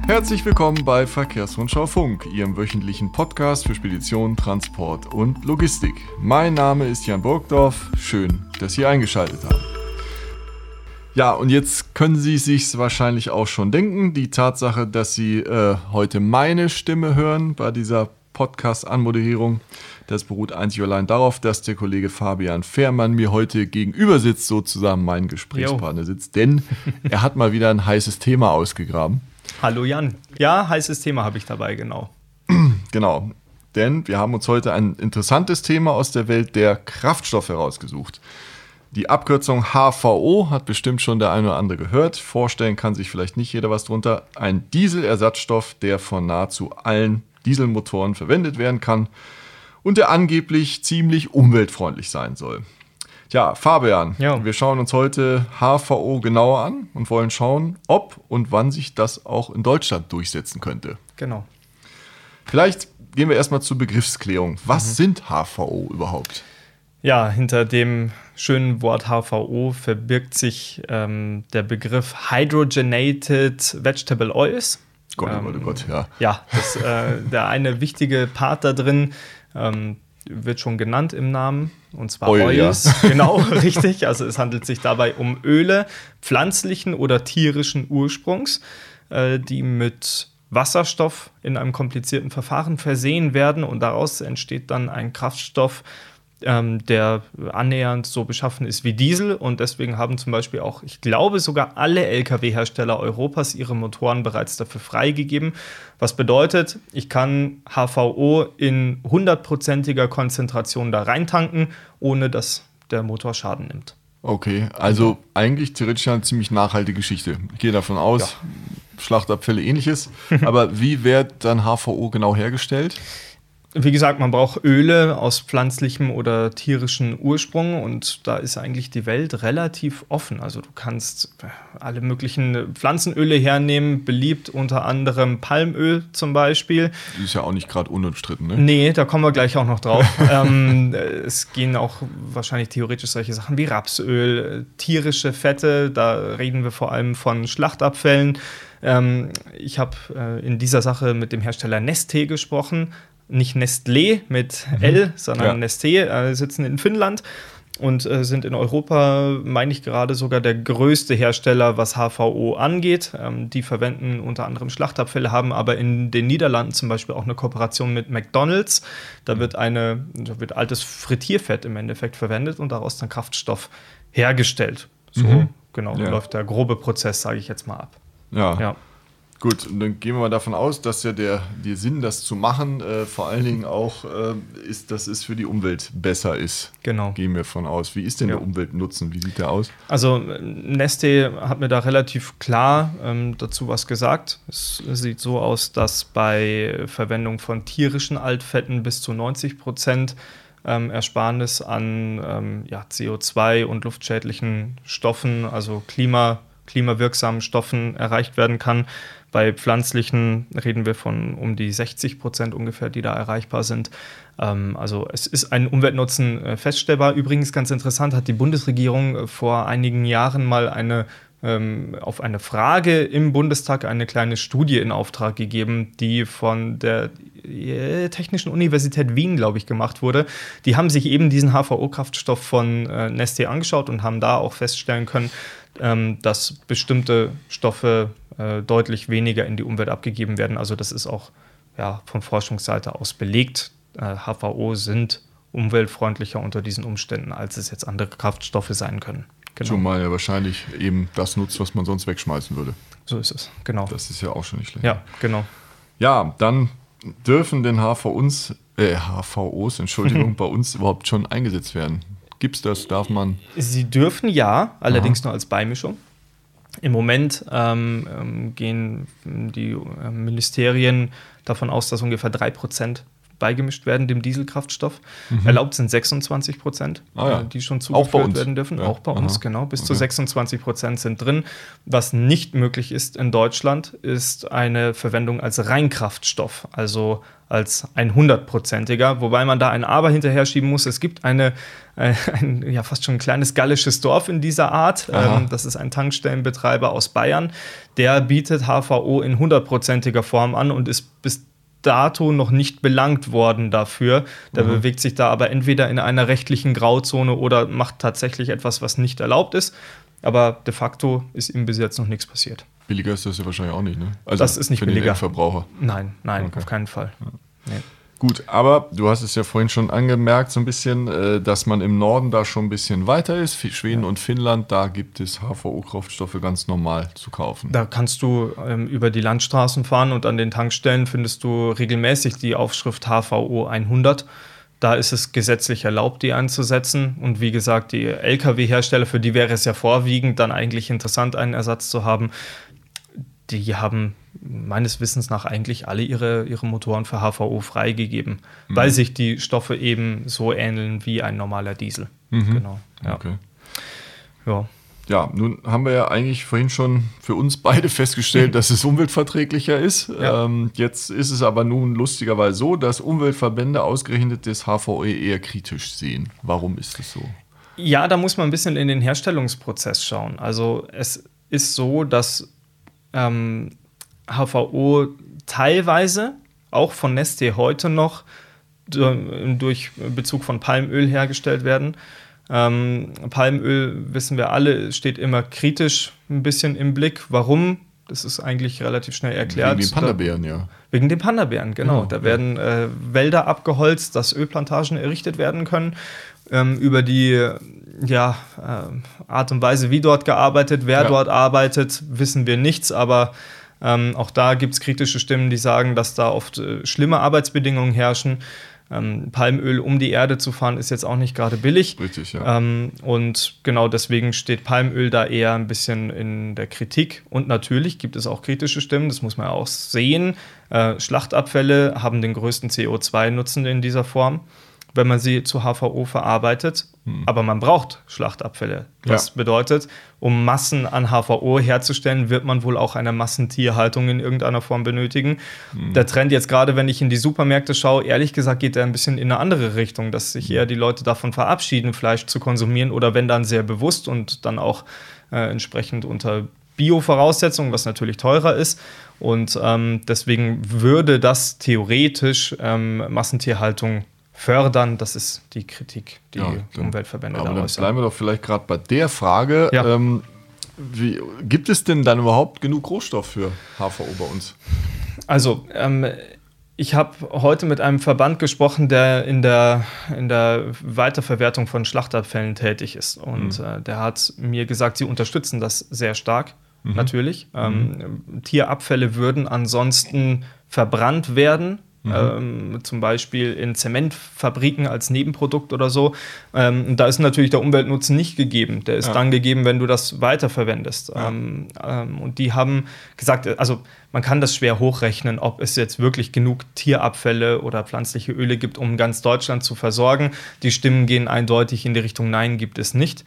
Herzlich willkommen bei Verkehrsrundschau Funk, Ihrem wöchentlichen Podcast für Spedition, Transport und Logistik. Mein Name ist Jan Burgdorf. Schön, dass Sie eingeschaltet haben. Ja, und jetzt können Sie sich wahrscheinlich auch schon denken, die Tatsache, dass Sie heute meine Stimme hören bei dieser Podcast-Anmoderierung, das beruht einzig und allein darauf, dass der Kollege Fabian Fehrmann mir heute gegenüber sitzt, sozusagen mein Gesprächspartner sitzt, denn er hat mal wieder ein heißes Thema ausgegraben. Hallo Jan. Ja, heißes Thema habe ich dabei, genau. Genau, denn wir haben uns heute ein interessantes Thema aus der Welt der Kraftstoffe herausgesucht. Die Abkürzung HVO hat bestimmt schon der eine oder andere gehört. Vorstellen kann sich vielleicht nicht jeder was drunter. Ein Dieselersatzstoff, der von nahezu allen Dieselmotoren verwendet werden kann und der angeblich ziemlich umweltfreundlich sein soll. Tja, Fabian, wir schauen uns heute HVO genauer an und wollen schauen, ob und wann sich das auch in Deutschland durchsetzen könnte. Genau. Vielleicht gehen wir erstmal zur Begriffsklärung. Was sind HVO überhaupt? Ja, hinter dem schönen Wort HVO verbirgt sich der Begriff Hydrogenated Vegetable Oils. Gott, ja. Ja, das, der eine wichtige Part da drin wird schon genannt im Namen, und zwar Oils. Ja. Genau, richtig. Also es handelt sich dabei um Öle pflanzlichen oder tierischen Ursprungs, die mit Wasserstoff in einem komplizierten Verfahren versehen werden und daraus entsteht dann ein Kraftstoff, der annähernd so beschaffen ist wie Diesel, und deswegen haben zum Beispiel auch, ich glaube, sogar alle Lkw-Hersteller Europas ihre Motoren bereits dafür freigegeben. Was bedeutet, ich kann HVO in 100%iger Konzentration da reintanken, ohne dass der Motor Schaden nimmt. Okay, also eigentlich theoretisch eine ziemlich nachhaltige Geschichte. Ich gehe davon aus, Schlachtabfälle ähnliches. Aber wie wird dann HVO genau hergestellt? Wie gesagt, man braucht Öle aus pflanzlichem oder tierischem Ursprung, und da ist eigentlich die Welt relativ offen. Also du kannst alle möglichen Pflanzenöle hernehmen, beliebt unter anderem Palmöl zum Beispiel. Das ist ja auch nicht gerade unumstritten, ne? Nee, da kommen wir gleich auch noch drauf. Es gehen auch wahrscheinlich theoretisch solche Sachen wie Rapsöl, tierische Fette, da reden wir vor allem von Schlachtabfällen. Ich habe in dieser Sache mit dem Hersteller Neste gesprochen. Nicht Nestlé mit L, sondern Neste, sitzen in Finnland und sind in Europa, meine ich, gerade sogar der größte Hersteller, was HVO angeht. Die verwenden unter anderem Schlachtabfälle, haben aber in den Niederlanden zum Beispiel auch eine Kooperation mit McDonald's. Da wird altes Frittierfett im Endeffekt verwendet und daraus dann Kraftstoff hergestellt. So läuft der grobe Prozess, sage ich jetzt mal ab. Ja. Gut, und dann gehen wir mal davon aus, dass ja der Sinn, das zu machen, vor allen Dingen auch ist, dass es für die Umwelt besser ist. Genau. Gehen wir von aus. Wie ist denn der Umweltnutzen? Wie sieht der aus? Also Neste hat mir da relativ klar dazu was gesagt. Es sieht so aus, dass bei Verwendung von tierischen Altfetten bis zu 90% Ersparnis an CO2 und luftschädlichen Stoffen, also klimawirksamen Stoffen erreicht werden kann. Bei pflanzlichen reden wir von um die 60% ungefähr, die da erreichbar sind. Also es ist ein Umweltnutzen feststellbar. Übrigens ganz interessant, hat die Bundesregierung vor einigen Jahren mal auf eine Frage im Bundestag eine kleine Studie in Auftrag gegeben, die von der Technischen Universität Wien, glaube ich, gemacht wurde. Die haben sich eben diesen HVO-Kraftstoff von Neste angeschaut und haben da auch feststellen können, dass bestimmte Stoffe deutlich weniger in die Umwelt abgegeben werden. Also das ist auch von Forschungsseite aus belegt. HVO sind umweltfreundlicher unter diesen Umständen, als es jetzt andere Kraftstoffe sein können. Genau. Schon mal wahrscheinlich eben das nutzt, was man sonst wegschmeißen würde. So ist es, genau. Das ist ja auch schon nicht schlecht. Ja, genau. Ja, dann dürfen denn HVOs, bei uns überhaupt schon eingesetzt werden. Gibt's das? Darf man? Sie dürfen allerdings nur als Beimischung. Im Moment gehen die Ministerien davon aus, dass ungefähr 3% beigemischt werden, dem Dieselkraftstoff. Erlaubt sind 26%, die schon zugeführt werden dürfen. Auch bei uns, genau. Bis zu 26% sind drin. Was nicht möglich ist in Deutschland, ist eine Verwendung als Reinkraftstoff, also als 100%iger, wobei man da ein Aber hinterher schieben muss. Es gibt ein fast schon ein kleines gallisches Dorf in dieser Art. Das ist ein Tankstellenbetreiber aus Bayern. Der bietet HVO in 100%iger Form an und ist bis dato noch nicht belangt worden dafür. Der bewegt sich da aber entweder in einer rechtlichen Grauzone oder macht tatsächlich etwas, was nicht erlaubt ist. Aber de facto ist ihm bis jetzt noch nichts passiert. Billiger ist das ja wahrscheinlich auch nicht, ne? Also das ist nicht für billiger. Den Endverbraucher. Nein, auf keinen Fall. Ja. Nee. Gut, aber du hast es ja vorhin schon angemerkt, so ein bisschen, dass man im Norden da schon ein bisschen weiter ist. Schweden und Finnland, da gibt es HVO-Kraftstoffe ganz normal zu kaufen. Da kannst du über die Landstraßen fahren und an den Tankstellen findest du regelmäßig die Aufschrift HVO 100. Da ist es gesetzlich erlaubt, die einzusetzen. Und wie gesagt, die Lkw-Hersteller, für die wäre es ja vorwiegend dann eigentlich interessant, einen Ersatz zu haben. Die haben meines Wissens nach eigentlich alle ihre Motoren für HVO freigegeben, weil sich die Stoffe eben so ähneln wie ein normaler Diesel. Genau. Ja. Okay. Ja. Ja, nun haben wir ja eigentlich vorhin schon für uns beide festgestellt, dass es umweltverträglicher ist. Ja. Jetzt ist es aber nun lustigerweise so, dass Umweltverbände ausgerechnet das HVO eher kritisch sehen. Warum ist es so? Ja, da muss man ein bisschen in den Herstellungsprozess schauen. Also es ist so, dass HVO teilweise auch von Neste heute noch durch Bezug von Palmöl hergestellt werden. Palmöl, wissen wir alle, steht immer kritisch ein bisschen im Blick. Warum? Das ist eigentlich relativ schnell erklärt. Wegen den Panda-Bären, ja. Wegen den Panda-Bären, genau. Da werden Wälder abgeholzt, dass Ölplantagen errichtet werden können. Über die Art und Weise, wie dort gearbeitet, wer dort arbeitet, wissen wir nichts, aber auch da gibt es kritische Stimmen, die sagen, dass da oft schlimme Arbeitsbedingungen herrschen. Palmöl um die Erde zu fahren, ist jetzt auch nicht gerade billig. Richtig, ja. Und genau deswegen steht Palmöl da eher ein bisschen in der Kritik. Und natürlich gibt es auch kritische Stimmen, das muss man auch sehen. Schlachtabfälle haben den größten CO2-Nutzen in dieser Form, wenn man sie zu HVO verarbeitet. Aber man braucht Schlachtabfälle. Das bedeutet, um Massen an HVO herzustellen, wird man wohl auch eine Massentierhaltung in irgendeiner Form benötigen. Der Trend jetzt gerade, wenn ich in die Supermärkte schaue, ehrlich gesagt geht der ein bisschen in eine andere Richtung, dass sich eher die Leute davon verabschieden, Fleisch zu konsumieren oder wenn dann sehr bewusst und dann auch entsprechend unter Bio-Voraussetzungen, was natürlich teurer ist. Und deswegen würde das theoretisch Massentierhaltung fördern, das ist die Kritik, die Umweltverbände da äußern. Aber dann bleiben wir doch vielleicht gerade bei der Frage. Ja. Gibt es denn dann überhaupt genug Rohstoff für HVO bei uns? Also, ich habe heute mit einem Verband gesprochen, der in der Weiterverwertung von Schlachtabfällen tätig ist. Und der hat mir gesagt, sie unterstützen das sehr stark, natürlich. Tierabfälle würden ansonsten verbrannt werden. Zum Beispiel in Zementfabriken als Nebenprodukt oder so. Und da ist natürlich der Umweltnutzen nicht gegeben. Der ist dann gegeben, wenn du das weiterverwendest. Und die haben gesagt, also man kann das schwer hochrechnen, ob es jetzt wirklich genug Tierabfälle oder pflanzliche Öle gibt, um ganz Deutschland zu versorgen. Die Stimmen gehen eindeutig in die Richtung, nein, gibt es nicht.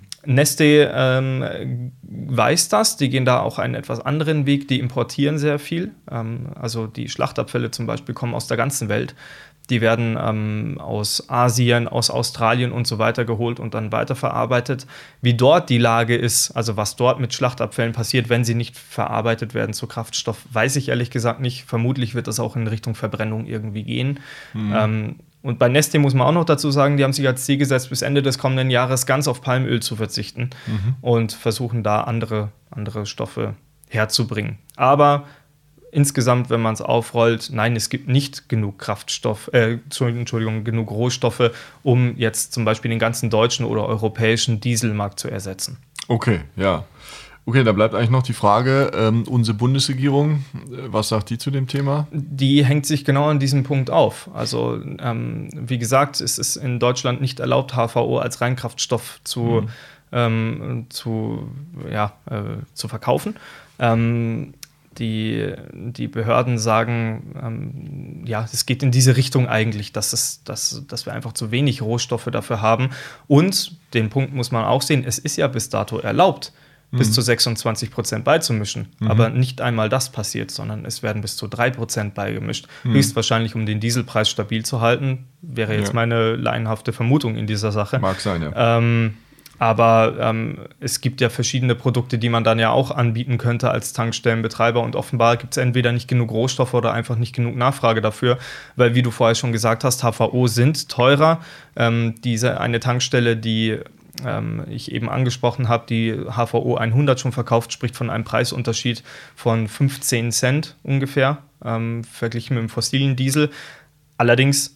Neste weiß das, die gehen da auch einen etwas anderen Weg, die importieren sehr viel. Also die Schlachtabfälle zum Beispiel kommen aus der ganzen Welt. Die werden aus Asien, aus Australien und so weiter geholt und dann weiterverarbeitet. Wie dort die Lage ist, also was dort mit Schlachtabfällen passiert, wenn sie nicht verarbeitet werden zu Kraftstoff, weiß ich ehrlich gesagt nicht. Vermutlich wird das auch in Richtung Verbrennung irgendwie gehen. Und bei Neste muss man auch noch dazu sagen, die haben sich als Ziel gesetzt, bis Ende des kommenden Jahres ganz auf Palmöl zu verzichten und versuchen da andere Stoffe herzubringen. Aber insgesamt, wenn man es aufrollt, nein, es gibt nicht genug genug Rohstoffe, um jetzt zum Beispiel den ganzen deutschen oder europäischen Dieselmarkt zu ersetzen. Okay, ja. Okay, da bleibt eigentlich noch die Frage, unsere Bundesregierung, was sagt die zu dem Thema? Die hängt sich genau an diesem Punkt auf. Also wie gesagt, es ist in Deutschland nicht erlaubt, HVO als Reinkraftstoff zu verkaufen. die Behörden sagen, es geht in diese Richtung eigentlich, dass wir einfach zu wenig Rohstoffe dafür haben. Und den Punkt muss man auch sehen, es ist ja bis dato erlaubt, bis zu 26% beizumischen. Aber nicht einmal das passiert, sondern es werden bis zu 3% beigemischt. Höchstwahrscheinlich, um den Dieselpreis stabil zu halten, wäre jetzt meine laienhafte Vermutung in dieser Sache. Mag sein, ja. Aber es gibt ja verschiedene Produkte, die man dann ja auch anbieten könnte als Tankstellenbetreiber. Und offenbar gibt es entweder nicht genug Rohstoffe oder einfach nicht genug Nachfrage dafür. Weil, wie du vorher schon gesagt hast, HVO sind teurer. Diese eine Tankstelle, die ich eben angesprochen habe, die HVO 100 schon verkauft, spricht von einem Preisunterschied von 15 Cent ungefähr, verglichen mit dem fossilen Diesel. Allerdings,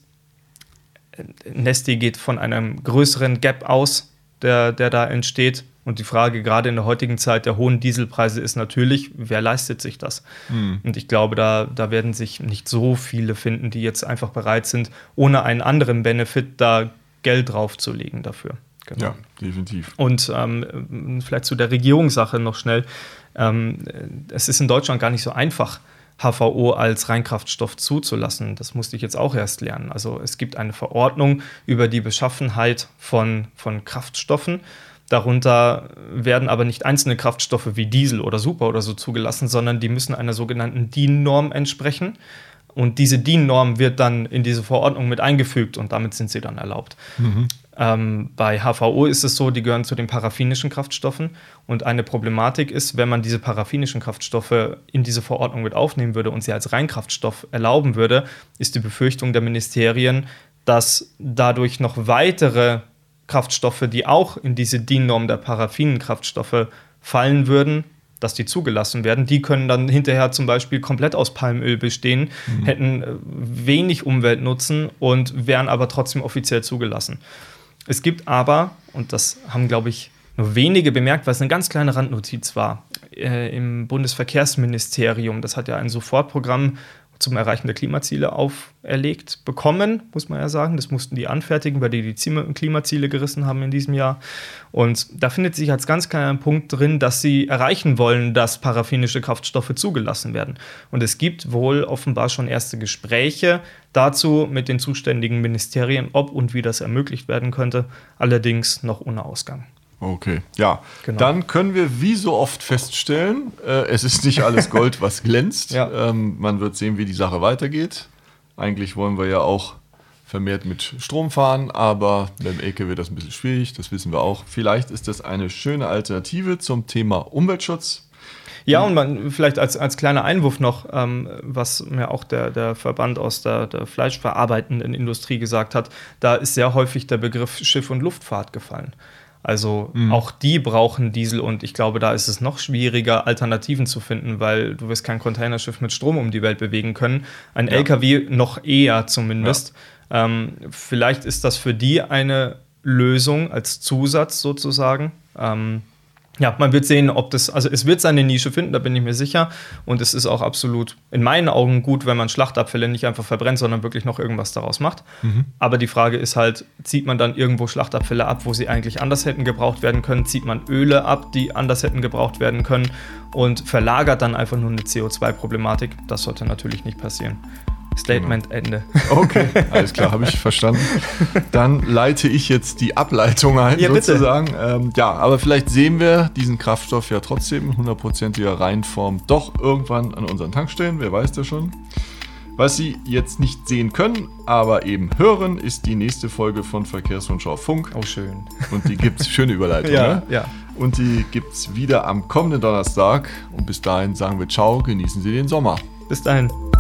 Neste geht von einem größeren Gap aus, der da entsteht. Und die Frage gerade in der heutigen Zeit der hohen Dieselpreise ist natürlich, wer leistet sich das? Und ich glaube, da werden sich nicht so viele finden, die jetzt einfach bereit sind, ohne einen anderen Benefit da Geld draufzulegen dafür. Genau. Ja, definitiv. Und vielleicht zu der Regierungssache noch schnell. Es ist in Deutschland gar nicht so einfach, HVO als Reinkraftstoff zuzulassen. Das musste ich jetzt auch erst lernen. Also es gibt eine Verordnung über die Beschaffenheit von Kraftstoffen. Darunter werden aber nicht einzelne Kraftstoffe wie Diesel oder Super oder so zugelassen, sondern die müssen einer sogenannten DIN-Norm entsprechen. Und diese DIN-Norm wird dann in diese Verordnung mit eingefügt und damit sind sie dann erlaubt. Bei HVO ist es so, die gehören zu den paraffinischen Kraftstoffen. Und eine Problematik ist, wenn man diese paraffinischen Kraftstoffe in diese Verordnung mit aufnehmen würde und sie als Reinkraftstoff erlauben würde, ist die Befürchtung der Ministerien, dass dadurch noch weitere Kraftstoffe, die auch in diese DIN-Norm der paraffinen Kraftstoffe fallen würden, dass die zugelassen werden. Die können dann hinterher zum Beispiel komplett aus Palmöl bestehen, hätten wenig Umweltnutzen und wären aber trotzdem offiziell zugelassen. Es gibt aber, und das haben, glaube ich, nur wenige bemerkt, weil es eine ganz kleine Randnotiz war, im Bundesverkehrsministerium, das hat ja ein Sofortprogramm zum Erreichen der Klimaziele auferlegt bekommen, muss man ja sagen. Das mussten die anfertigen, weil die Klimaziele gerissen haben in diesem Jahr. Und da findet sich als ganz kleiner Punkt drin, dass sie erreichen wollen, dass paraffinische Kraftstoffe zugelassen werden. Und es gibt wohl offenbar schon erste Gespräche dazu mit den zuständigen Ministerien, ob und wie das ermöglicht werden könnte, allerdings noch ohne Ausgang. Okay, ja. Genau. Dann können wir wie so oft feststellen, es ist nicht alles Gold, was glänzt. Ja. Man wird sehen, wie die Sache weitergeht. Eigentlich wollen wir ja auch vermehrt mit Strom fahren, aber beim LKW wird das ein bisschen schwierig, das wissen wir auch. Vielleicht ist das eine schöne Alternative zum Thema Umweltschutz. Ja, und man vielleicht als kleiner Einwurf noch, was mir auch der Verband aus der fleischverarbeitenden Industrie gesagt hat, da ist sehr häufig der Begriff Schiff- und Luftfahrt gefallen. Also auch die brauchen Diesel und ich glaube, da ist es noch schwieriger, Alternativen zu finden, weil du wirst kein Containerschiff mit Strom um die Welt bewegen können. Ein LKW noch eher zumindest. Ja. Vielleicht ist das für die eine Lösung als Zusatz sozusagen. Ja, man wird sehen, ob das, also es wird seine Nische finden, da bin ich mir sicher. Und es ist auch absolut in meinen Augen gut, wenn man Schlachtabfälle nicht einfach verbrennt, sondern wirklich noch irgendwas daraus macht. Aber die Frage ist halt, zieht man dann irgendwo Schlachtabfälle ab, wo sie eigentlich anders hätten gebraucht werden können? Zieht man Öle ab, die anders hätten gebraucht werden können? Und verlagert dann einfach nur eine CO2-Problematik? Das sollte natürlich nicht passieren. Statement, genau. Ende. Okay, alles klar, habe ich verstanden. Dann leite ich jetzt die Ableitung ein, ja, sozusagen. Ja, aber vielleicht sehen wir diesen Kraftstoff ja trotzdem in 100%iger Reinform doch irgendwann an unseren Tankstellen, wer weiß das schon. Was Sie jetzt nicht sehen können, aber eben hören, ist die nächste Folge von Verkehrsrundschau Funk. Oh, schön. Und die gibt's, schöne Überleitung, ja, ne? Ja. Und die gibt's wieder am kommenden Donnerstag. Und bis dahin sagen wir ciao, genießen Sie den Sommer. Bis dahin.